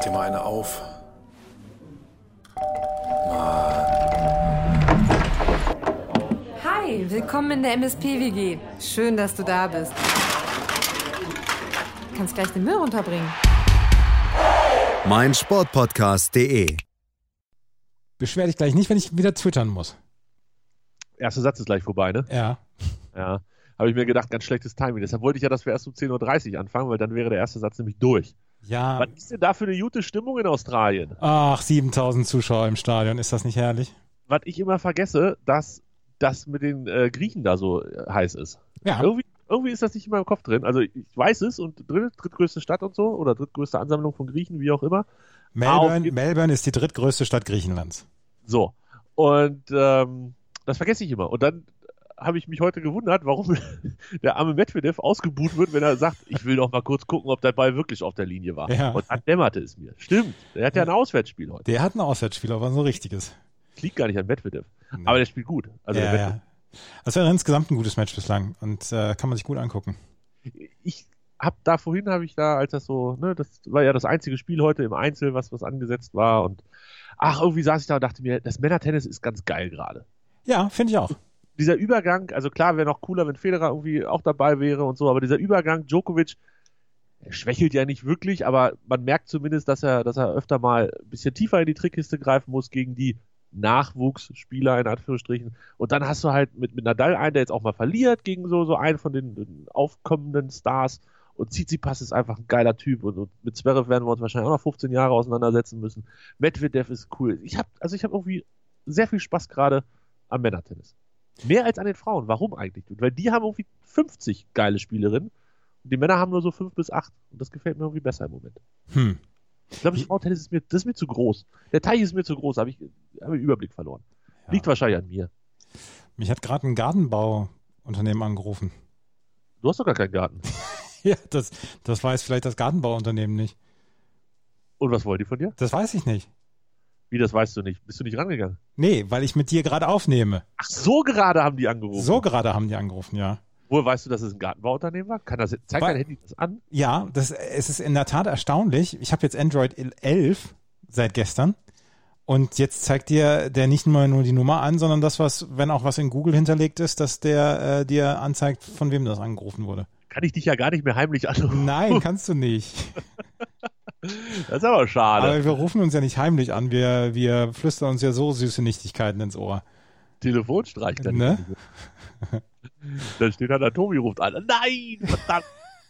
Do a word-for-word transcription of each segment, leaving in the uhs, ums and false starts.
dir mal eine auf. Hi, willkommen in der M S P W G. Schön, dass du da bist. Du kannst gleich den Müll runterbringen. mein Sportpodcast punkt de. Beschwer dich gleich nicht, wenn ich wieder twittern muss. Erster Satz ist gleich vorbei, ne? Ja. Ja. Habe ich mir gedacht, ganz schlechtes Timing. Deshalb wollte ich ja, dass wir erst um zehn Uhr dreißig anfangen, weil dann wäre der erste Satz nämlich durch. Ja. Was ist denn da für eine gute Stimmung in Australien? Ach, siebentausend Zuschauer im Stadion. Ist das nicht herrlich? Was ich immer vergesse, dass das mit den äh, Griechen da so äh, heiß ist. Ja. Irgendwie, irgendwie ist das nicht in meinem Kopf drin. Also ich weiß es und drin, drittgrößte Stadt und so oder drittgrößte Ansammlung von Griechen, wie auch immer. Melbourne, Melbourne ist die drittgrößte Stadt Griechenlands. So. Und ähm, das vergesse ich immer. Und dann habe ich mich heute gewundert, warum der arme Medvedev ausgebuht wird, wenn er sagt, ich will doch mal kurz gucken, ob der Ball wirklich auf der Linie war. Ja. Und dann dämmerte es mir. Stimmt, der hat ja ein Auswärtsspiel heute. Der hat ein Auswärtsspiel, aber so ein richtiges. Das liegt gar nicht an Medvedev. Nee. Aber der spielt gut. Also ja, der ja. Das war insgesamt ein gutes Match bislang und äh, kann man sich gut angucken. Ich habe da vorhin, habe ich da, als das so, ne, das war ja das einzige Spiel heute im Einzel, was, was angesetzt war und ach, irgendwie saß ich da und dachte mir, das Männertennis ist ganz geil gerade. Ja, finde ich auch. Dieser Übergang, also klar, wäre noch cooler, wenn Federer irgendwie auch dabei wäre und so, aber dieser Übergang, Djokovic, er schwächelt ja nicht wirklich, aber man merkt zumindest, dass er, dass er öfter mal ein bisschen tiefer in die Trickkiste greifen muss gegen die Nachwuchsspieler, in Anführungsstrichen. Und dann hast du halt mit, mit Nadal einen, der jetzt auch mal verliert gegen so, so einen von den, den aufkommenden Stars. Und Tsitsipas ist einfach ein geiler Typ. Und, und mit Zverev werden wir uns wahrscheinlich auch noch fünfzehn Jahre auseinandersetzen müssen. Medvedev ist cool. Ich habe also ich habe irgendwie sehr viel Spaß gerade am Männertennis. Mehr als an den Frauen. Warum eigentlich? Weil die haben irgendwie fünfzig geile Spielerinnen und die Männer haben nur so fünf bis acht. Und das gefällt mir irgendwie besser im Moment. Hm. Ich glaube, das Frauentennis ist mir, das ist mir zu groß. Der Teich ist mir zu groß. Da habe ich, hab ich Überblick verloren. Ja. Liegt wahrscheinlich an mir. Mich hat gerade ein Gartenbauunternehmen angerufen. Du hast doch gar keinen Garten. Ja, das, das weiß vielleicht das Gartenbauunternehmen nicht. Und was wollen die von dir? Das weiß ich nicht. Wie, das weißt du nicht? Bist du nicht rangegangen? Nee, weil ich mit dir gerade aufnehme. Ach, so gerade haben die angerufen. So gerade haben die angerufen, ja. Woher weißt du, dass es ein Gartenbauunternehmen war? Kann das, zeigt dein Handy das an? Ja, das, es ist in der Tat erstaunlich. Ich habe jetzt Android elf seit gestern und jetzt zeigt dir der nicht nur, nur die Nummer an, sondern das, was, wenn auch was in Google hinterlegt ist, dass der äh, dir anzeigt, von wem das angerufen wurde. Kann ich dich ja gar nicht mehr heimlich anrufen. Nein, kannst du nicht. Das ist aber schade. Aber wir rufen uns ja nicht heimlich an, wir, wir flüstern uns ja so süße Nichtigkeiten ins Ohr. Telefonstreich. Dann, ne? Dann steht da, der Tobi ruft an. Nein, verdammt.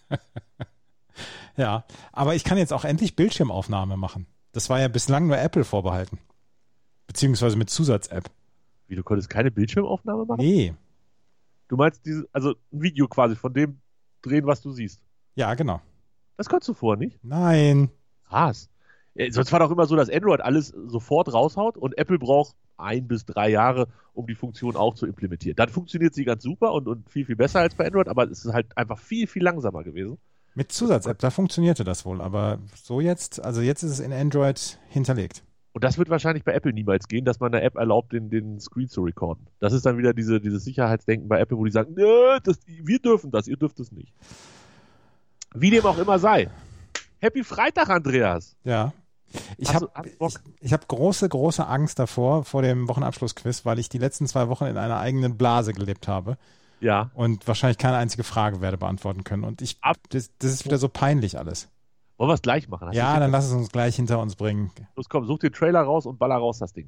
Ja, aber ich kann jetzt auch endlich Bildschirmaufnahme machen. Das war ja bislang nur Apple vorbehalten. Beziehungsweise mit Zusatz-App. Wie, du konntest keine Bildschirmaufnahme machen? Nee. Du meinst, diese, also ein Video quasi von dem drehen, was du siehst? Ja, genau. Das konntest du vorher nicht? Nein. Krass. Ja, sonst war doch immer so, dass Android alles sofort raushaut und Apple braucht ein bis drei Jahre, um die Funktion auch zu implementieren. Dann funktioniert sie ganz super und, und viel, viel besser als bei Android, aber es ist halt einfach viel, viel langsamer gewesen. Mit Zusatz-App, da funktionierte das wohl, aber so jetzt, also jetzt ist es in Android hinterlegt. Und das wird wahrscheinlich bei Apple niemals gehen, dass man einer App erlaubt, den, den Screen zu recorden. Das ist dann wieder diese, dieses Sicherheitsdenken bei Apple, wo die sagen, nö, das, wir dürfen das, ihr dürft es nicht. Wie dem auch immer sei. Happy Freitag, Andreas. Ja. Ich habe ich, ich hab große, große Angst davor, vor dem Wochenabschlussquiz, weil ich die letzten zwei Wochen in einer eigenen Blase gelebt habe. Ja. Und wahrscheinlich keine einzige Frage werde beantworten können. Und ich, das, das ist wieder so peinlich alles. Wollen wir es gleich machen? Hast ja, dann lass es uns gleich hinter uns bringen. Los, komm, such den Trailer raus und baller raus das Ding.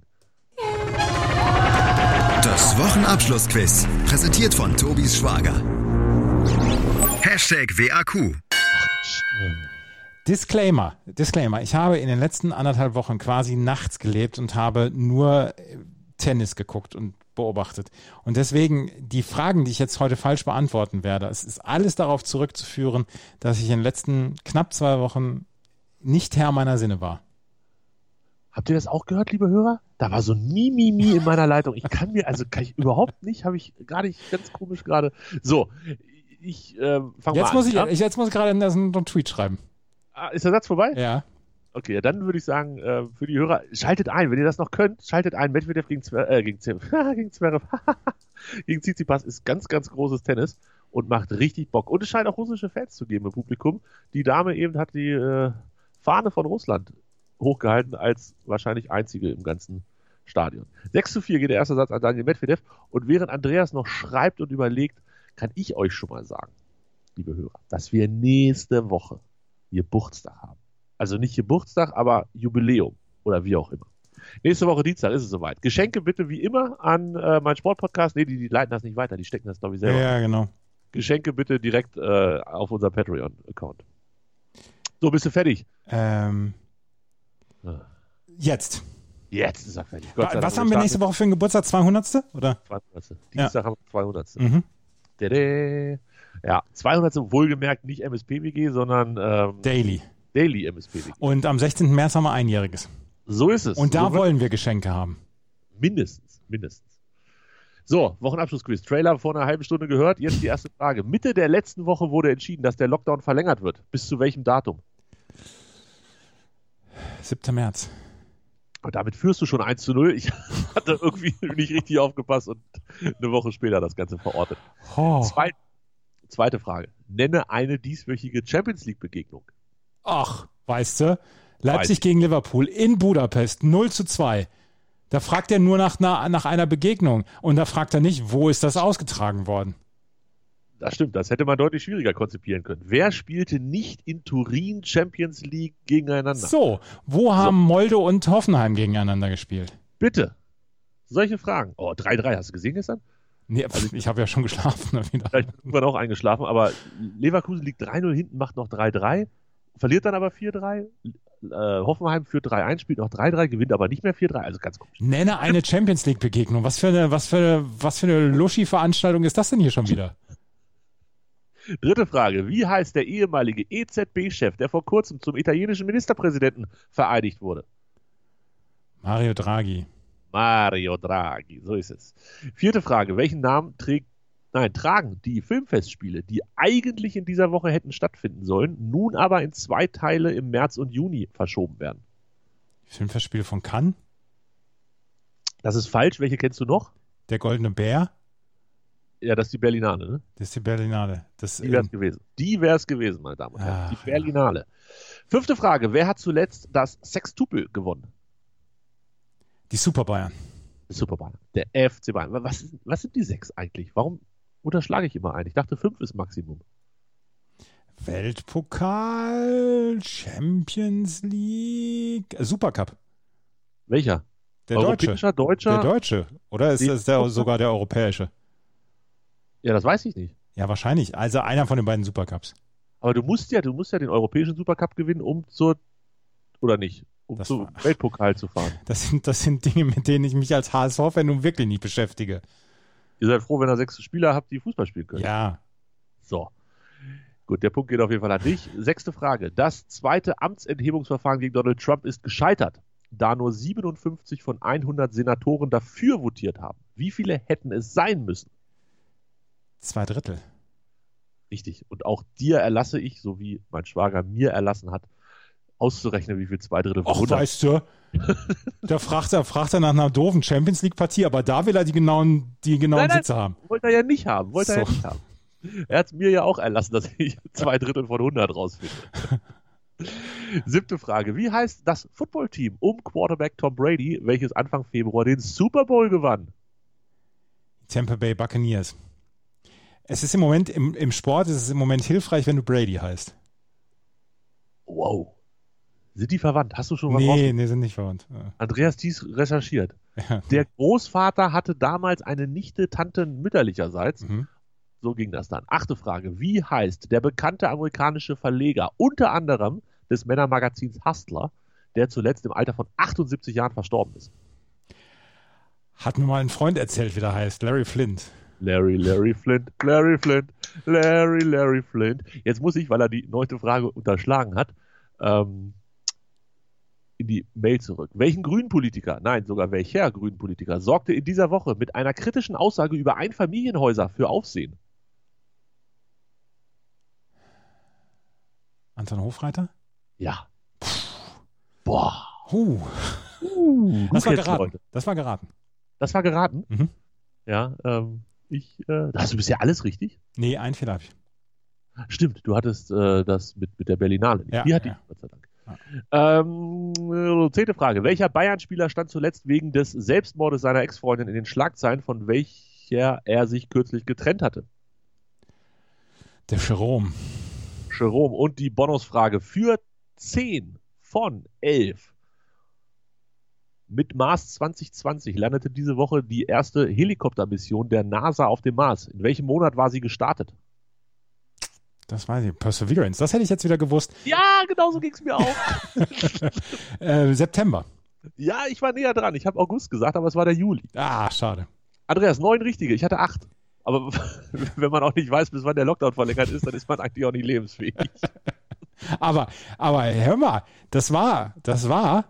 Das Wochenabschlussquiz, präsentiert von Tobis Schwager. Hashtag W A Q. Disclaimer, Disclaimer. Ich habe in den letzten anderthalb Wochen quasi nachts gelebt und habe nur Tennis geguckt und beobachtet. Und deswegen die Fragen, die ich jetzt heute falsch beantworten werde, es ist alles darauf zurückzuführen, dass ich in den letzten knapp zwei Wochen nicht Herr meiner Sinne war. Habt ihr das auch gehört, liebe Hörer? Da war so ein Mimimi in meiner Leitung. Ich kann mir, also kann ich überhaupt nicht, habe ich gerade, ganz komisch gerade. So, ich äh, fange mal muss an. Ich, jetzt muss ich gerade einen, einen Tweet schreiben. Ah, ist der Satz vorbei? Ja. Okay, dann würde ich sagen, äh, für die Hörer, schaltet ein, wenn ihr das noch könnt, schaltet ein. Medvedev gegen Zverev, äh, gegen Zverev, gegen Zverev, gegen Tsitsipas ist ganz, ganz großes Tennis und macht richtig Bock. Und es scheint auch russische Fans zu geben im Publikum. Die Dame eben hat die äh, Fahne von Russland hochgehalten als wahrscheinlich einzige im ganzen Stadion. sechs zu vier geht der erste Satz an Daniil Medvedev. Und während Andreas noch schreibt und überlegt, kann ich euch schon mal sagen, liebe Hörer, dass wir nächste Woche Geburtstag haben. Also nicht Geburtstag, aber Jubiläum oder wie auch immer. Nächste Woche Dienstag ist es soweit. Geschenke bitte wie immer an äh, meinen Sportpodcast. Nee, die, die leiten das nicht weiter, die stecken das glaube ich selber. Ja, genau. Geschenke bitte direkt äh, auf unser Patreon-Account. So, bist du fertig? Ähm, jetzt. Jetzt ist er fertig. Gott sei Was Dank, haben wir nächste Woche für einen Geburtstag? zweihundertste Oder? zweihundertste Dienstag Ja. haben wir zweihundertste Mhm. Dada. Ja, zweihundertste wohlgemerkt nicht M S P W G, sondern ähm, Daily. Daily M S P W G. Und am sechzehnten März haben wir einjähriges. So ist es. Und da so wird- wollen wir Geschenke haben. Mindestens, mindestens. So, Wochenabschlussquiz. Trailer vor einer halben Stunde gehört. Jetzt die erste Frage. Mitte der letzten Woche wurde entschieden, dass der Lockdown verlängert wird. Bis zu welchem Datum? siebter März. Und damit führst du schon eins zu null. Ich hatte irgendwie nicht richtig aufgepasst und eine Woche später das Ganze verortet. Oh. Zwei, zweite Frage. Nenne eine dieswöchige Champions League-Begegnung. Ach, weißt du, Leipzig Weiß. gegen Liverpool in Budapest null zu zwei. Da fragt er nur nach einer, nach einer Begegnung. Und da fragt er nicht, wo ist das ausgetragen worden? Das stimmt, das hätte man deutlich schwieriger konzipieren können. Wer spielte nicht in Turin Champions League gegeneinander? So, wo haben Molde und Hoffenheim gegeneinander gespielt? Bitte. Solche Fragen. Oh, drei drei, hast du gesehen gestern? Nee, pf, ich habe ja schon geschlafen. Wieder. Vielleicht bin ich irgendwann auch eingeschlafen, aber Leverkusen liegt drei null hinten, macht noch drei drei, verliert dann aber vier drei. Äh, Hoffenheim führt drei eins, spielt noch drei drei, gewinnt aber nicht mehr vier drei, also ganz komisch. Nenne eine Champions League Begegnung. Was für eine, was für eine, was für eine Luschi-Veranstaltung ist das denn hier schon wieder? Dritte Frage. Wie heißt der ehemalige E Z B-Chef, der vor kurzem zum italienischen Ministerpräsidenten vereidigt wurde? Mario Draghi. Mario Draghi, so ist es. Vierte Frage. Welchen Namen trägt, nein, tragen die Filmfestspiele, die eigentlich in dieser Woche hätten stattfinden sollen, nun aber in zwei Teile im März und Juni verschoben werden? Filmfestspiele von Cannes. Das ist falsch. Welche kennst du noch? Der Goldene Bär. Ja, das ist die Berlinale, ne? Das ist die Berlinale. Das, Die wäre es ähm, gewesen. Die wäre es gewesen, meine Damen und Herren. Ach, Die Berlinale. Fünfte Frage. Wer hat zuletzt das Sextupel gewonnen? die Super Bayern. Der Super Bayern. Der F C Bayern. Was, ist- was sind die sechs eigentlich? Warum unterschlage ich immer ein? Ich dachte, fünf ist Maximum. Weltpokal, Champions League, äh, Supercup. Welcher? Der Deutsche. Europäischer, Deutscher? Der Deutsche. Oder ist Die- das der, sogar der europäische? Ja, das weiß ich nicht. Ja, wahrscheinlich. Also einer von den beiden Supercups. Aber du musst ja, du musst ja den europäischen Supercup gewinnen, um zur, oder nicht, um Das zum war- Weltpokal zu fahren. Das sind, das sind Dinge, mit denen ich mich als H S V-Fan nun wirklich nicht beschäftige. Ihr seid froh, wenn ihr sechs Spieler habt, die Fußball spielen können. Ja. So. Gut, der Punkt geht auf jeden Fall an dich. Sechste Frage. Das zweite Amtsenthebungsverfahren gegen Donald Trump ist gescheitert, da nur siebenundfünfzig von hundert Senatoren dafür votiert haben. Wie viele hätten es sein müssen? Zwei Drittel. Richtig. Und auch dir erlasse ich, so wie mein Schwager mir erlassen hat, auszurechnen, wie viel zwei Drittel von Ach, hundert. weißt du, da fragt er, fragt er nach einer doofen Champions League-Partie, aber da will er die genauen, die genauen Nein, nein. Sitze haben. Wollte er ja nicht haben. Wollte er ja So. nicht haben. Er hat es mir ja auch erlassen, dass ich zwei Drittel von hundert rausfinde. Siebte Frage. Wie heißt das Footballteam um Quarterback Tom Brady, welches Anfang Februar den Super Bowl gewann? Tampa Bay Buccaneers. Es ist im Moment, im, im Sport ist es im Moment hilfreich, wenn du Brady heißt. Wow. Sind die verwandt? Hast du schon was Nee, rausgefunden? nee, sind nicht verwandt. Ja. Andreas Thies recherchiert. Ja. Der Großvater hatte damals eine Nichte, Tante mütterlicherseits. Mhm. So ging das dann. Achte Frage. Wie heißt der bekannte amerikanische Verleger, unter anderem des Männermagazins Hustler, der zuletzt im Alter von achtundsiebzig Jahren verstorben ist? Hat mir mal ein Freund erzählt, wie der heißt. Larry Flint. Larry, Larry Flint, Larry Flint, Larry, Larry Flint. Jetzt muss ich, weil er die neunte Frage unterschlagen hat, ähm, in die Mail zurück. Welchen Grünpolitiker, nein, sogar welcher Grünpolitiker, sorgte in dieser Woche mit einer kritischen Aussage über Einfamilienhäuser für Aufsehen? Anton Hofreiter? Ja. Boah. Huh. Uh, Das war kennst geraten. Leute. Das war geraten. Das war geraten? Mhm. Ja, ähm, ich, äh, hast du bisher alles richtig? Nee, ein Fehler habe ich. Stimmt, du hattest äh, das mit, mit der Berlinale nicht. Ja, Die hatte ja. ich, Gott sei Dank. Ja. Ähm, zehnte Frage. Welcher Bayern-Spieler stand zuletzt wegen des Selbstmordes seiner Ex-Freundin in den Schlagzeilen, von welcher er sich kürzlich getrennt hatte? Der Jerome. Jerome. Und die Bonusfrage für zehn von elf. Mit Mars zwanzig zwanzig landete diese Woche die erste Helikoptermission der NASA auf dem Mars. In welchem Monat war sie gestartet? Das weiß ich. Perseverance. Das hätte ich jetzt wieder gewusst. Ja, genau so ging es mir auch. äh, September. Ja, ich war näher dran. Ich habe August gesagt, aber es war der Juli. Ah, schade. Andreas, neun richtige. Ich hatte acht. Aber wenn man auch nicht weiß, bis wann der Lockdown verlängert ist, dann ist man eigentlich auch nicht lebensfähig. aber, aber hör mal, das war, das war...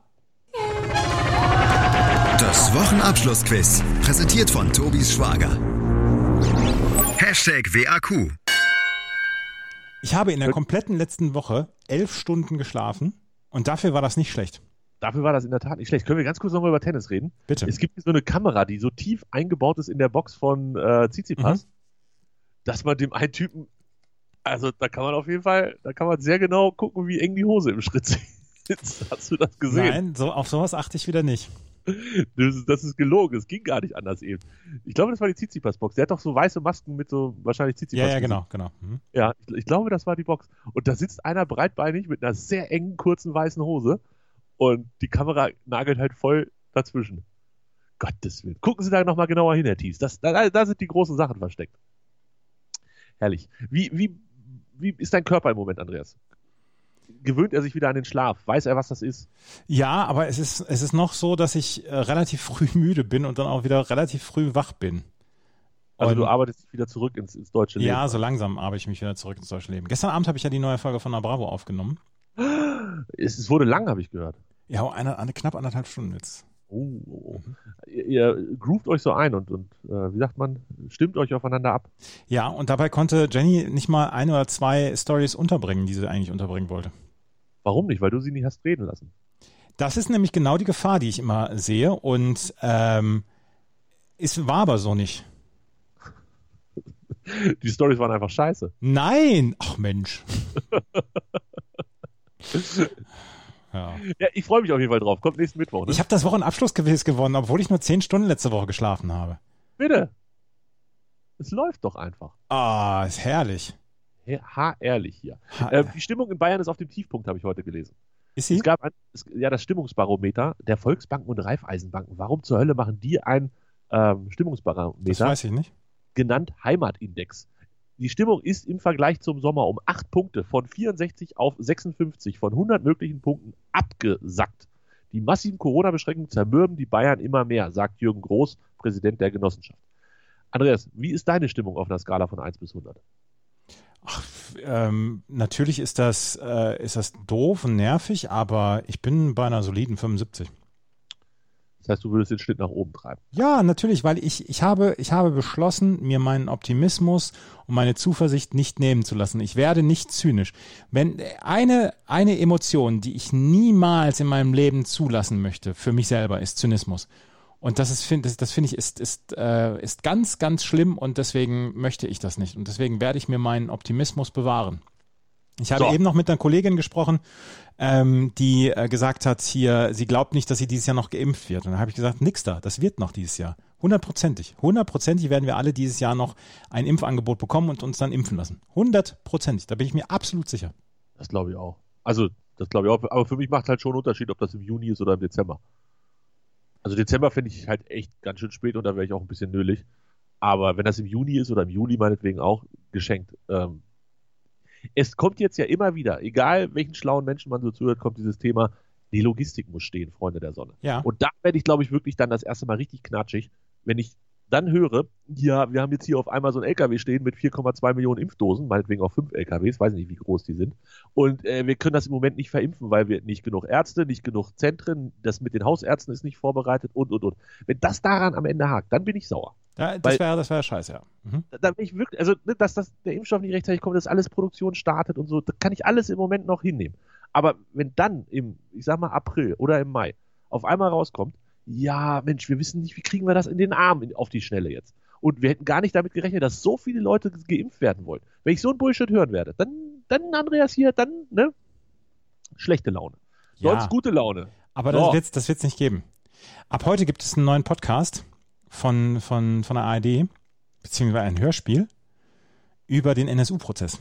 Das Wochenabschlussquiz. Präsentiert von Tobis Schwager. Hashtag W A Q. Ich habe in der kompletten letzten Woche elf Stunden geschlafen und dafür war das nicht schlecht. Dafür war das in der Tat nicht schlecht. Können wir ganz kurz nochmal über Tennis reden? Bitte. Es gibt so eine Kamera, die so tief eingebaut ist in der Box von äh, Tsitsipas, mhm. dass man dem einen Typen, also da kann man auf jeden Fall, da kann man sehr genau gucken, wie eng die Hose im Schritt sitzt. Hast du das gesehen? Nein, so, auf sowas achte ich wieder nicht. Das ist, das ist gelogen, es ging gar nicht anders eben. Ich glaube, das war die Tsitsipas-Box. Der hat doch so weiße Masken mit so wahrscheinlich Tsitsipas. Ja, ja, genau, genau. Mhm. Ja, ich, ich glaube, das war die Box. Und da sitzt einer breitbeinig mit einer sehr engen, kurzen, weißen Hose und die Kamera nagelt halt voll dazwischen. Gottes Willen. Gucken Sie da nochmal genauer hin, Herr Thies. Das, da, da sind die großen Sachen versteckt. Herrlich. Wie, wie, wie ist dein Körper im Moment, Andreas? Gewöhnt er sich wieder an den Schlaf? Weiß er, was das ist? Ja, aber es ist, es ist noch so, dass ich äh, relativ früh müde bin und dann auch wieder relativ früh wach bin. Also und, du arbeitest dich wieder zurück ins, ins deutsche Leben? Ja, so langsam arbeite ich mich wieder zurück ins deutsche Leben. Gestern Abend habe ich ja die neue Folge von der Bravo aufgenommen. Es, es wurde lang, habe ich gehört. Ja, eine, eine knapp anderthalb Stunden jetzt. Oh, oh, oh. Ihr, ihr groovt euch so ein und, und äh, wie sagt man, stimmt euch aufeinander ab. Ja, und dabei konnte Jenny nicht mal ein oder zwei Stories unterbringen, die sie eigentlich unterbringen wollte. Warum nicht? Weil du sie nicht hast reden lassen. Das ist nämlich genau die Gefahr, die ich immer sehe und ähm, es war aber so nicht. Die Stories waren einfach scheiße. Nein! Ach Mensch. Ja. Ja, ich freue mich auf jeden Fall drauf. Kommt nächsten Mittwoch. Ne? Ich habe das Wochenabschlussquiz gewonnen, obwohl ich nur zehn Stunden letzte Woche geschlafen habe. Bitte. Es läuft doch einfach. Ah, ist herrlich. Ha, ehrlich hier. Ha äh, die Stimmung in Bayern ist auf dem Tiefpunkt, habe ich heute gelesen. Ist sie? Es gab ein, es, ja das Stimmungsbarometer der Volksbanken und Raiffeisenbanken. Warum zur Hölle machen die ein ähm, Stimmungsbarometer? Das weiß ich nicht. Genannt Heimatindex. Die Stimmung ist im Vergleich zum Sommer um acht Punkte von vierundsechzig auf sechsundfünfzig von hundert möglichen Punkten abgesackt. Die massiven Corona-Beschränkungen zermürben die Bayern immer mehr, sagt Jürgen Groß, Präsident der Genossenschaft. Andreas, wie ist deine Stimmung auf einer Skala von eins bis hundert? Ach, ähm, natürlich ist das, äh, ist das doof und nervig, aber ich bin bei einer soliden fünfundsiebzig. Das heißt, du würdest den Schnitt nach oben treiben. Ja, natürlich, weil ich, ich, habe, ich habe beschlossen, mir meinen Optimismus und meine Zuversicht nicht nehmen zu lassen. Ich werde nicht zynisch. Wenn eine, eine Emotion, die ich niemals in meinem Leben zulassen möchte, für mich selber, ist Zynismus. Und das ist, find, das, das finde ich, ist, ist, äh, ist ganz, ganz schlimm und deswegen möchte ich das nicht. Und deswegen werde ich mir meinen Optimismus bewahren. Ich habe so. eben noch mit einer Kollegin gesprochen, ähm, die äh, gesagt hat, hier, sie glaubt nicht, dass sie dieses Jahr noch geimpft wird. Und dann habe ich gesagt, nix da, das wird noch dieses Jahr. Hundertprozentig. Hundertprozentig werden wir alle dieses Jahr noch ein Impfangebot bekommen und uns dann impfen lassen. Hundertprozentig. Da bin ich mir absolut sicher. Das glaube ich auch. Also, das glaube ich auch. Aber für mich macht halt schon einen Unterschied, ob das im Juni ist oder im Dezember. Also Dezember finde ich halt echt ganz schön spät und da wäre ich auch ein bisschen nölig. Aber wenn das im Juni ist oder im Juli meinetwegen auch, geschenkt. Ähm, es kommt jetzt ja immer wieder, egal welchen schlauen Menschen man so zuhört, kommt dieses Thema, die Logistik muss stehen, Freunde der Sonne. Ja. Und da werde ich, glaube ich, wirklich dann das erste Mal richtig knatschig, wenn ich dann höre, ja, wir haben jetzt hier auf einmal so ein L K W stehen mit vier Komma zwei Millionen Impfdosen, meinetwegen auch fünf L K Ws, weiß nicht, wie groß die sind. Und äh, wir können das im Moment nicht verimpfen, weil wir nicht genug Ärzte, nicht genug Zentren, das mit den Hausärzten ist nicht vorbereitet und, und, und. Wenn das daran am Ende hakt, dann bin ich sauer. Ja, das wäre das wäre scheiße, ja. Mhm. Da, da bin ich wirklich, also, ne, dass das, der Impfstoff nicht rechtzeitig kommt, dass alles Produktion startet und so, das kann ich alles im Moment noch hinnehmen. Aber wenn dann im, ich sag mal, April oder im Mai auf einmal rauskommt, ja, Mensch, wir wissen nicht, wie kriegen wir das in den Arm in, auf die Schnelle jetzt. Und wir hätten gar nicht damit gerechnet, dass so viele Leute geimpft werden wollen. Wenn ich so ein Bullshit hören werde, dann, dann Andreas hier, dann, ne, schlechte Laune. Sonst Ja. gute Laune. Aber So. das wird's, das wird's nicht geben. Ab heute gibt es einen neuen Podcast von, von, von der A R D, beziehungsweise ein Hörspiel über den N S U-Prozess.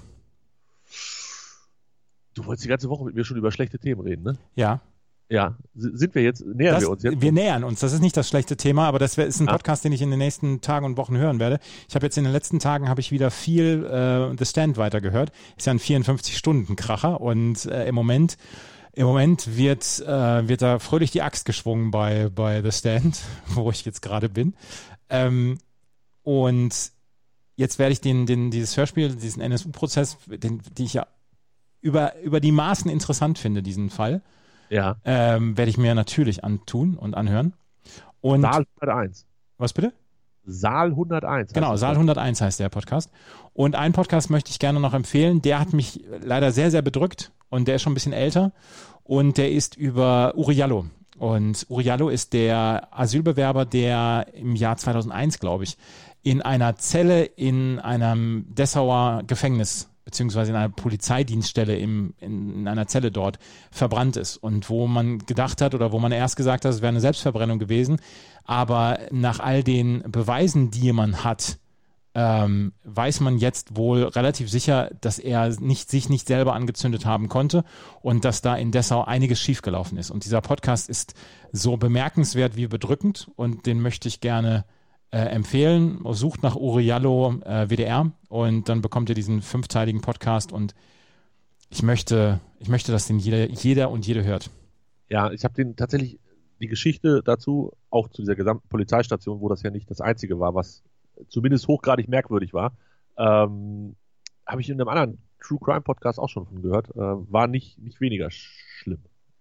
Du wolltest die ganze Woche mit mir schon über schlechte Themen reden, ne? Ja. Ja. S- Sind wir jetzt, nähern Das, wir uns jetzt? wir nähern uns. Das ist nicht das schlechte Thema, aber das wär, ist ein Ah. Podcast, den ich in den nächsten Tagen und Wochen hören werde. Ich habe jetzt in den letzten Tagen habe ich wieder viel äh, The Stand weitergehört. Ist ja ein vierundfünfzig-Stunden-Kracher und äh, im Moment im Moment wird äh, wird da fröhlich die Axt geschwungen bei bei The Stand, wo ich jetzt gerade bin. Ähm, und jetzt werde ich den den dieses Hörspiel, diesen N S U-Prozess, den die ich ja über über die Maßen interessant finde, diesen Fall. Ja. Ähm, werde ich mir natürlich antun und anhören. Und Saal hunderteins. was bitte? Saal hunderteins. heißt Genau, das. Saal hunderteins heißt der Podcast. Und einen Podcast möchte ich gerne noch empfehlen. Der hat mich leider sehr, sehr bedrückt und der ist schon ein bisschen älter. Und der ist über Uri Jallo. Und Uri Jallo ist der Asylbewerber, der im Jahr zweitausendeins, glaube ich, in einer Zelle in einem Dessauer Gefängnis beziehungsweise in einer Polizeidienststelle im, in, in einer Zelle dort verbrannt ist und wo man gedacht hat oder wo man erst gesagt hat, es wäre eine Selbstverbrennung gewesen, aber nach all den Beweisen, die man hat, ähm, weiß man jetzt wohl relativ sicher, dass er nicht, sich nicht selber angezündet haben konnte und dass da in Dessau einiges schiefgelaufen ist. Und dieser Podcast ist so bemerkenswert wie bedrückend und den möchte ich gerne Äh, empfehlen. Sucht nach Uri Jallo äh, W D R und dann bekommt ihr diesen fünfteiligen Podcast und ich möchte, ich möchte, dass den jeder, jeder und jede hört. Ja, ich habe den tatsächlich die Geschichte dazu, auch zu dieser gesamten Polizeistation, wo das ja nicht das Einzige war, was zumindest hochgradig merkwürdig war, ähm, habe ich in einem anderen True Crime Podcast auch schon von gehört. Äh, war nicht, nicht weniger schlimm,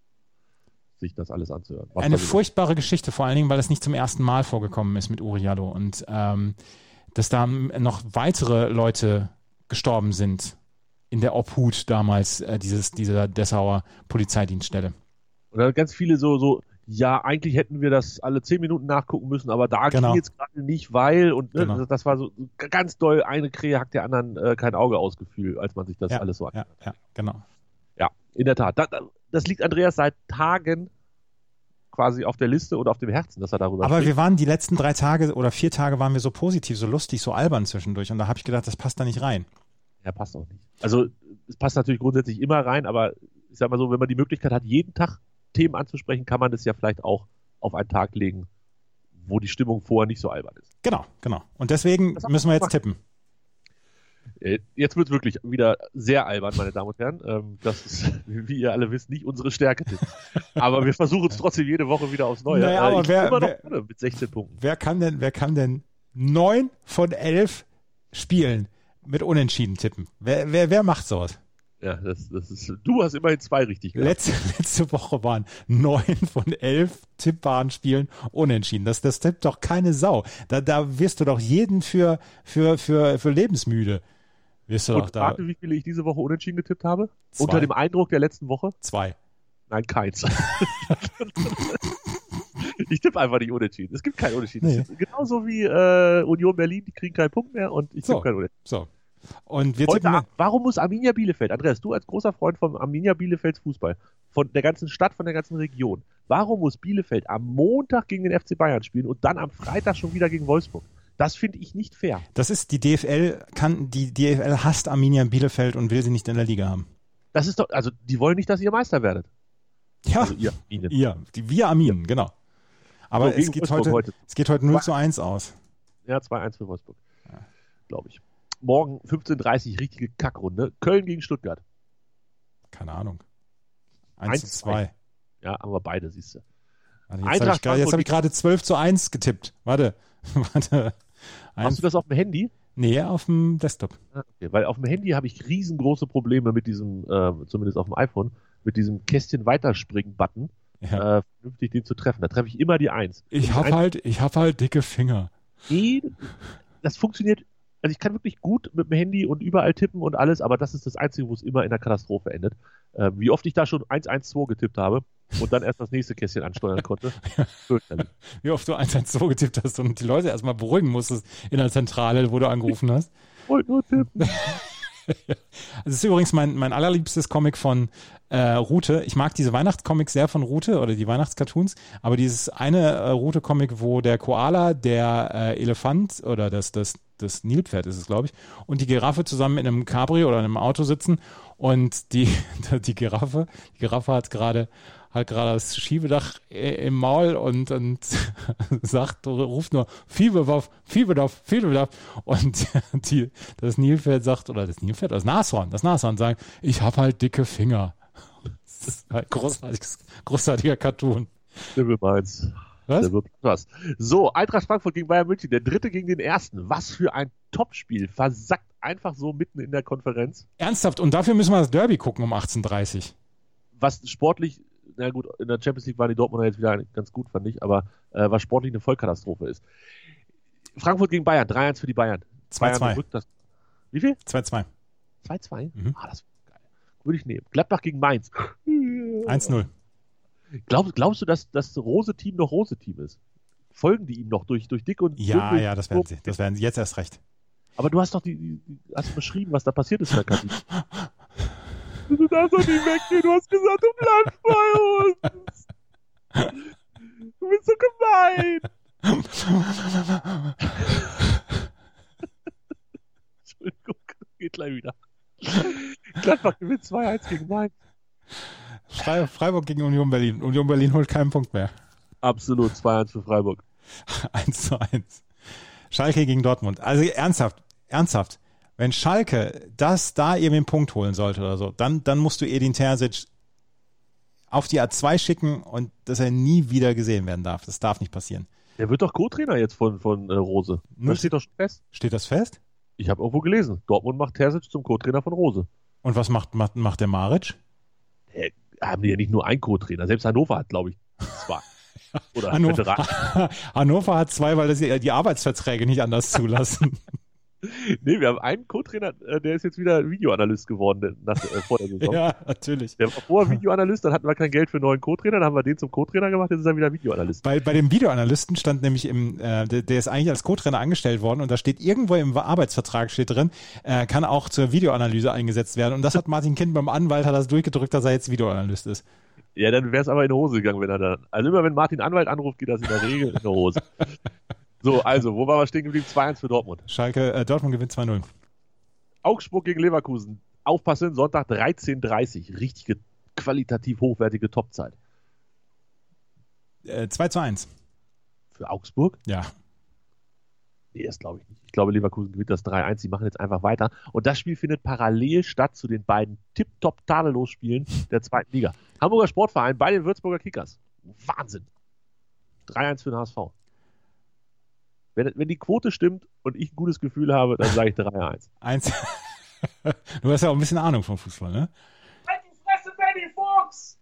sich das alles anzuhören. Was Eine da so- furchtbare Geschichte, vor allen Dingen, weil es nicht zum ersten Mal vorgekommen ist mit Uri Jallo und ähm, dass da noch weitere Leute gestorben sind in der Obhut damals äh, dieses, dieser Dessauer Polizeidienststelle. Und dann ganz viele so, so, ja, eigentlich hätten wir das alle zehn Minuten nachgucken müssen, aber da Genau. ging jetzt gerade nicht, weil, und ne, Genau. das, das war so ganz doll, eine Krähe hackt der anderen äh, kein Auge aus Gefühl, als man sich das Ja, alles so ja, ja, genau. Ja, in der Tat. Da, da, das liegt Andreas seit Tagen quasi auf der Liste oder auf dem Herzen, dass er darüber Aber spricht. wir waren die letzten drei Tage oder vier Tage waren wir so positiv, so lustig, so albern zwischendurch und da habe ich gedacht, das passt da nicht rein. Ja, passt auch nicht. Also, es passt natürlich grundsätzlich immer rein, aber ich sag mal so, wenn man die Möglichkeit hat, jeden Tag Themen anzusprechen, kann man das ja vielleicht auch auf einen Tag legen, wo die Stimmung vorher nicht so albern ist. Genau, genau. Und deswegen Das haben müssen wir wir jetzt tippen. Äh, Jetzt wird es wirklich wieder sehr albern, meine Damen und Herren. Ähm, Das ist, wie ihr alle wisst, nicht unsere Stärke. Aber wir versuchen es trotzdem jede Woche wieder aufs Neue. Naja, Äh, aber ich wer- bin immer wer- noch vorne mit sechzehn Punkten. Wer kann denn, wer kann denn neun von elf Spielen mit Unentschieden tippen? Wer, wer, wer macht sowas? Ja, das, das ist, du hast immerhin zwei richtig gehabt. Letzte, letzte Woche waren neun von elf tippbaren Spielen unentschieden. Das, das tippt doch keine Sau. Da, da wirst du doch jeden für, für, für, für lebensmüde. Wirst du doch Und da rate, wie viele ich diese Woche unentschieden getippt habe? Zwei. Unter dem Eindruck der letzten Woche? zwei. Nein, keins. Ich tippe einfach nicht unentschieden. Es gibt keinen Unterschied. Nee. Es ist genauso wie äh, Union Berlin, die kriegen keinen Punkt mehr und ich tippe So. keinen Unentschieden. So. Und wir Heute tippen, Abend, warum muss Arminia Bielefeld, Andreas, du als großer Freund von Arminia Bielefelds Fußball, von der ganzen Stadt, von der ganzen Region, warum muss Bielefeld am Montag gegen den F C Bayern spielen und dann am Freitag schon wieder gegen Wolfsburg? Das finde ich nicht fair. das ist die D F L, kann, die D F L hasst Arminia Bielefeld und will sie nicht in der Liga haben. Das ist doch, also die wollen nicht, dass ihr Meister werdet. Ja, Also ihr, Ihnen. ihr, die, wir Arminen, genau. Aber So, es, gegen geht Wolfsburg heute, heute. es geht heute null zu eins aus. Ja, zwei eins für Wolfsburg. Glaube ich. Morgen fünfzehn Uhr dreißig, richtige Kackrunde. Köln gegen Stuttgart. Keine Ahnung. eins eins zu zu zwei. Ja, aber beide, siehst du. Warte, jetzt habe Eintracht ich, gerade- jetzt hab Frankfurt- ich gerade zwölf zu eins getippt. Warte. Warte. Hast Eins, du das auf dem Handy? nee, auf dem Desktop. Ah, okay. Weil auf dem Handy habe ich riesengroße Probleme mit diesem, äh, zumindest auf dem iPhone, mit diesem Kästchen weiterspringen-Button, Ja. äh, vernünftig den zu treffen. Da treffe ich immer die Eins. Ich Und hab die halt, ich hab halt dicke Finger. Eins- Das funktioniert, also ich kann wirklich gut mit dem Handy und überall tippen und alles, aber das ist das Einzige, wo es immer in der Katastrophe endet. Äh, wie oft ich da schon eins eins zwei getippt habe und dann erst das nächste Kästchen ansteuern konnte. Fürchterlich. Wie oft du eins eins zwei getippt hast und die Leute erstmal beruhigen musstest in der Zentrale, wo du angerufen hast. Wollt nur tippen. Das ist übrigens mein, mein allerliebstes Comic von äh, Rute. Ich mag diese Weihnachtscomics sehr von Rute oder die Weihnachtscartoons, aber dieses eine äh, Rute-Comic, wo der Koala, der äh, Elefant oder das, das, das Nilpferd ist es, glaube ich, und die Giraffe zusammen in einem Cabrio oder in einem Auto sitzen und die, die Giraffe, die Giraffe hat gerade hat gerade das Schiebedach im Maul und, und sagt, ruft nur Viehbedarf, Viehbedarf, Viehbedarf. Und die, das Nilpferd sagt, oder das Nilpferd, das Nashorn, das Nashorn sagt, ich habe halt dicke Finger. Das ist ein großartiges, großartiger Cartoon. Der wird meins. Was? Der wird was. So, Eintracht Frankfurt gegen Bayern München, der dritte gegen den ersten. Was für ein Topspiel. Versackt einfach so mitten in der Konferenz. Ernsthaft, und dafür müssen wir das Derby gucken um achtzehn Uhr dreißig. Was sportlich, na gut, in der Champions League waren die Dortmunder jetzt wieder ganz gut, fand ich, aber äh, was sportlich eine Vollkatastrophe ist. Frankfurt gegen Bayern, drei eins für die Bayern. zwei zwei. Das, wie viel? zwei zwei. zwei zwei? Mhm. Ah, das ist geil. Würde ich nehmen. Gladbach gegen Mainz. eins null. Glaub, glaubst du, dass das Rose-Team noch Rose-Team ist? Folgen die ihm noch durch, durch dick und Ja, dünn? ja, das werden sie. Das werden sie jetzt erst recht. Aber du hast doch die, die, die hast beschrieben, was da passiert ist in der Kabine. Du darfst doch nicht weggehen, du hast gesagt, du bleibst bei uns. Du bist so gemein. Entschuldigung, geht gleich wieder. Gladbach gewinnt zwei eins gegen Mainz. Fre- Freiburg gegen Union Berlin. Union Berlin holt keinen Punkt mehr. Absolut, zwei eins für Freiburg. eins zu eins. Schalke gegen Dortmund. Also ernsthaft, ernsthaft. Wenn Schalke das da irgendwie einen Punkt holen sollte oder so, dann, dann musst du Edin Terzic auf die A zwei schicken und dass er nie wieder gesehen werden darf. Das darf nicht passieren. Der wird doch Co-Trainer jetzt von, von äh, Rose. Das Hm? steht doch schon fest. Steht das fest? Ich habe irgendwo gelesen. Dortmund macht Terzic zum Co-Trainer von Rose. Und was macht, macht, macht der Maric? Äh, haben die ja nicht nur einen Co-Trainer. Selbst Hannover hat, glaube ich, zwei. Oder Hannover, Hannover hat zwei, weil das die, die Arbeitsverträge nicht anders zulassen. Nee, wir haben einen Co-Trainer, äh, der ist jetzt wieder Videoanalyst geworden nach, äh, vor der Saison. Ja, natürlich. Der war vorher Videoanalyst, dann hatten wir kein Geld für einen neuen Co-Trainer, dann haben wir den zum Co-Trainer gemacht, jetzt ist er wieder Videoanalyst. Bei, bei dem Videoanalysten stand nämlich im, äh, der, der ist eigentlich als Co-Trainer angestellt worden und da steht irgendwo im Arbeitsvertrag steht drin, äh, kann auch zur Videoanalyse eingesetzt werden. Und das hat Martin Kind beim Anwalt hat das durchgedrückt, dass er jetzt Videoanalyst ist. Ja, dann wäre es aber in die Hose gegangen, wenn er dann. Also immer wenn Martin Anwalt anruft, geht das in der Regel in die Hose. So, also, wo waren wir stehen geblieben? zwei eins für Dortmund. Schalke, äh, Dortmund gewinnt zwei null. Augsburg gegen Leverkusen. Aufpassen, Sonntag dreizehn Uhr dreißig. Richtige, qualitativ hochwertige Topzeit. Äh, zwei zu eins. Für Augsburg? Ja. Nee, das glaube ich nicht. Ich glaube, Leverkusen gewinnt das drei eins. Die machen jetzt einfach weiter. Und das Spiel findet parallel statt zu den beiden tipptopp tadellos Spielen der zweiten Liga. Hamburger Sportverein bei den Würzburger Kickers. Wahnsinn. drei eins für den H S V. Wenn, wenn die Quote stimmt und ich ein gutes Gefühl habe, dann sage ich drei eins. Eins. Du hast ja auch ein bisschen Ahnung vom Fußball, ne? Halt die Fresse, Benny Fox!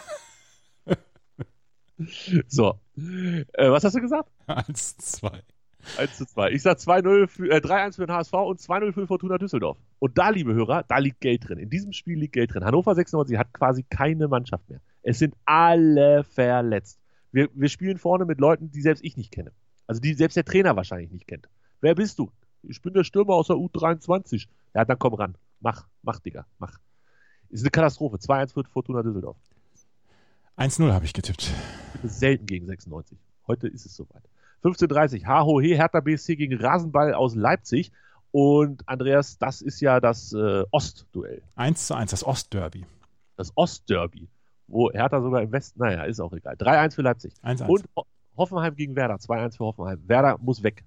So. Äh, was hast du gesagt? eins zu zwei. eins zu zwei. Ich sag zwei null für, äh, drei eins für den H S V und zwei null für Fortuna Düsseldorf. Und da, liebe Hörer, da liegt Geld drin. In diesem Spiel liegt Geld drin. Hannover sechsundneunzig hat quasi keine Mannschaft mehr. Es sind alle verletzt. Wir, wir spielen vorne mit Leuten, die selbst ich nicht kenne. Also die selbst der Trainer wahrscheinlich nicht kennt. Wer bist du? Ich bin der Stürmer aus der U dreiundzwanzig. Ja, dann komm ran. Mach, mach, Digga, mach. Ist eine Katastrophe. zwei eins für Fortuna Düsseldorf. eins null habe ich getippt. Das ist selten gegen sechsundneunzig. Heute ist es soweit. fünfzehn Uhr dreißig. H O H, Hertha B S C gegen Rasenball aus Leipzig. Und Andreas, das ist ja das äh, Ostduell. eins zu eins, das Ostderby. Das Ostderby. Wo Hertha sogar im Westen, naja, ist auch egal. drei eins für Leipzig. eins eins. Und Ho- Hoffenheim gegen Werder. zwei eins für Hoffenheim. Werder muss weg.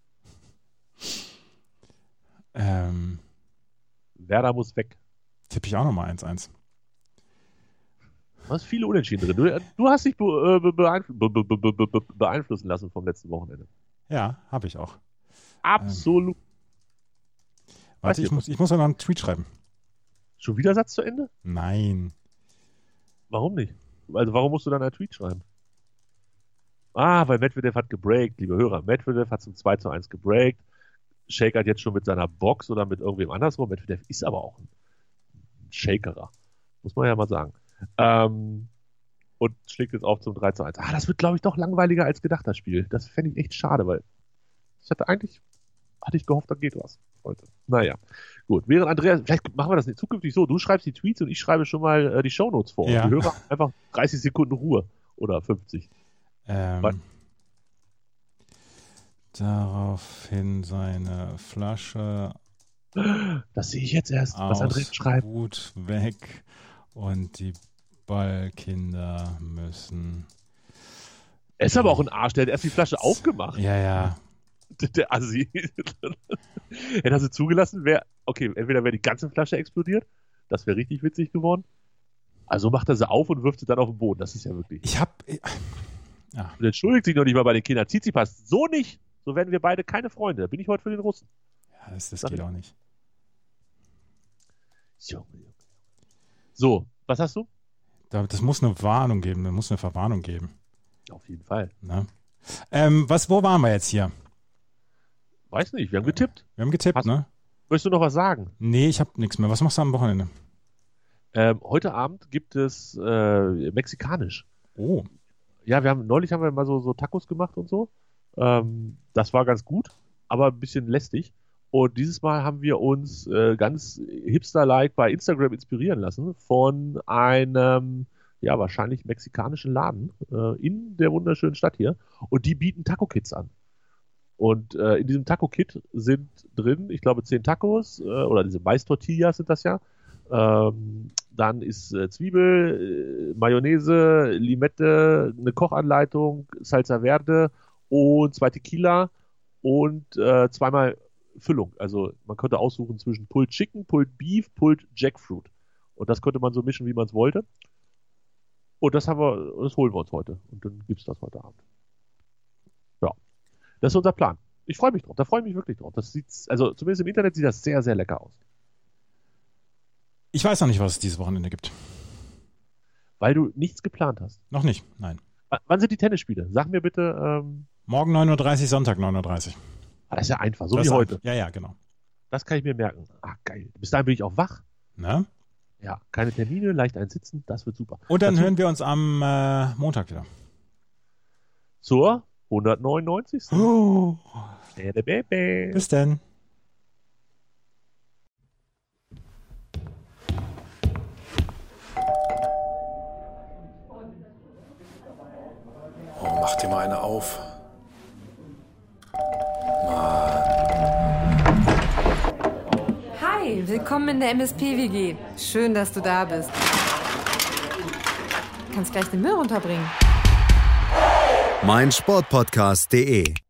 Ähm, Werder muss weg. tippe ich auch nochmal eins eins. Du hast viele Unentschieden drin. Du, du hast dich be, äh, be, beeinfl be, be, be, be, be, beeinflussen lassen vom letzten Wochenende. Ja, habe ich auch. Absolut. Ähm, warte, Weißt ich du- muss, ich muss noch einen Tweet schreiben. Schon wieder Satz zu Ende? Nein. Warum nicht? Also warum musst du dann einen Tweet schreiben? Ah, weil Medvedev hat gebreakt, liebe Hörer. Medvedev hat zum zwei zu eins gebreakt. Shake hat jetzt schon mit seiner Box oder mit irgendwem andersrum. Medvedev ist aber auch ein Shakerer. Muss man ja mal sagen. Ähm, und schlägt jetzt auf zum drei zu eins. Ah, das wird, glaube ich, doch langweiliger als gedacht, das Spiel. Das fände ich echt schade, weil ich hatte eigentlich, hatte ich gehofft, da geht was heute. Naja. Gut, während Andreas, vielleicht machen wir das nicht zukünftig so, du schreibst die Tweets und ich schreibe schon mal äh, die Shownotes vor. Ja. Und die Hörer haben einfach dreißig Sekunden Ruhe oder fünfzig. Ähm, daraufhin seine Flasche Das sehe ich jetzt erst, was Andreas aus schreibt. Gut weg und die Ballkinder müssen. Er ist aber auch ein Arsch, der hat erst die Flasche aufgemacht. Ja, ja. Der Assi. Hätte er sie zugelassen, wäre, okay, entweder wäre die ganze Flasche explodiert, das wäre richtig witzig geworden. Also macht er sie auf und wirft sie dann auf den Boden. Das ist ja wirklich. Ich hab. Ja. Und entschuldigt sich noch nicht mal bei den Kindern. Tsitsipas, so nicht. So werden wir beide keine Freunde. Da bin ich heute für den Russen. Ja, das, das geht auch nicht. So, was hast du? Das muss eine Warnung geben, das muss eine Verwarnung geben. Auf jeden Fall. Ne? Ähm, was, wo waren wir jetzt hier? Weiß nicht, wir haben getippt. Wir haben getippt, Hast, ne? Möchtest du noch was sagen? Nee, ich habe nichts mehr. Was machst du am Wochenende? Ähm, heute Abend gibt es äh, mexikanisch. Oh. Ja, wir haben neulich haben wir mal so, so Tacos gemacht und so. Ähm, das war ganz gut, aber ein bisschen lästig. Und dieses Mal haben wir uns äh, ganz hipster-like bei Instagram inspirieren lassen von einem, ja, wahrscheinlich mexikanischen Laden äh, in der wunderschönen Stadt hier. Und die bieten Taco-Kits an. Und äh, in diesem Taco-Kit sind drin, ich glaube, zehn Tacos, äh, oder diese Mais-Tortillas sind das ja. Ähm, dann ist äh, Zwiebel, äh, Mayonnaise, Limette, eine Kochanleitung, Salsa Verde und zwei Tequila und äh, zweimal Füllung. Also man könnte aussuchen zwischen Pulled Chicken, Pulled Beef, Pulled Jackfruit. Und das könnte man so mischen, wie man es wollte. Und das haben wir, das holen wir uns heute. Und dann gibt es das heute Abend. Ja. Das ist unser Plan. Ich freue mich drauf. Da freue ich mich wirklich drauf. Das sieht, also zumindest im Internet sieht das sehr, sehr lecker aus. Ich weiß noch nicht, was es dieses Wochenende gibt. Weil du nichts geplant hast. Noch nicht, nein. W- wann sind die Tennisspiele? Sag mir bitte. Ähm, Morgen neun Uhr dreißig, Sonntag neun Uhr dreißig. ah, das ist ja einfach, so Das wie ist heute. einfach- Ja, ja, genau. Das kann ich mir merken. Ah, geil. Bis dahin bin ich auch wach. Ne? Ja, keine Termine, leicht einsitzen, das wird super. Und dann Dazu hören wir uns am äh, Montag wieder. zur hundertneunundneunzigsten Oh. Baby. Bis denn. Oh, mach dir mal eine auf. Hi, willkommen in der M S P-W G. Schön, dass du da bist. Kannst gleich den Müll runterbringen. meinsportpodcast punkt de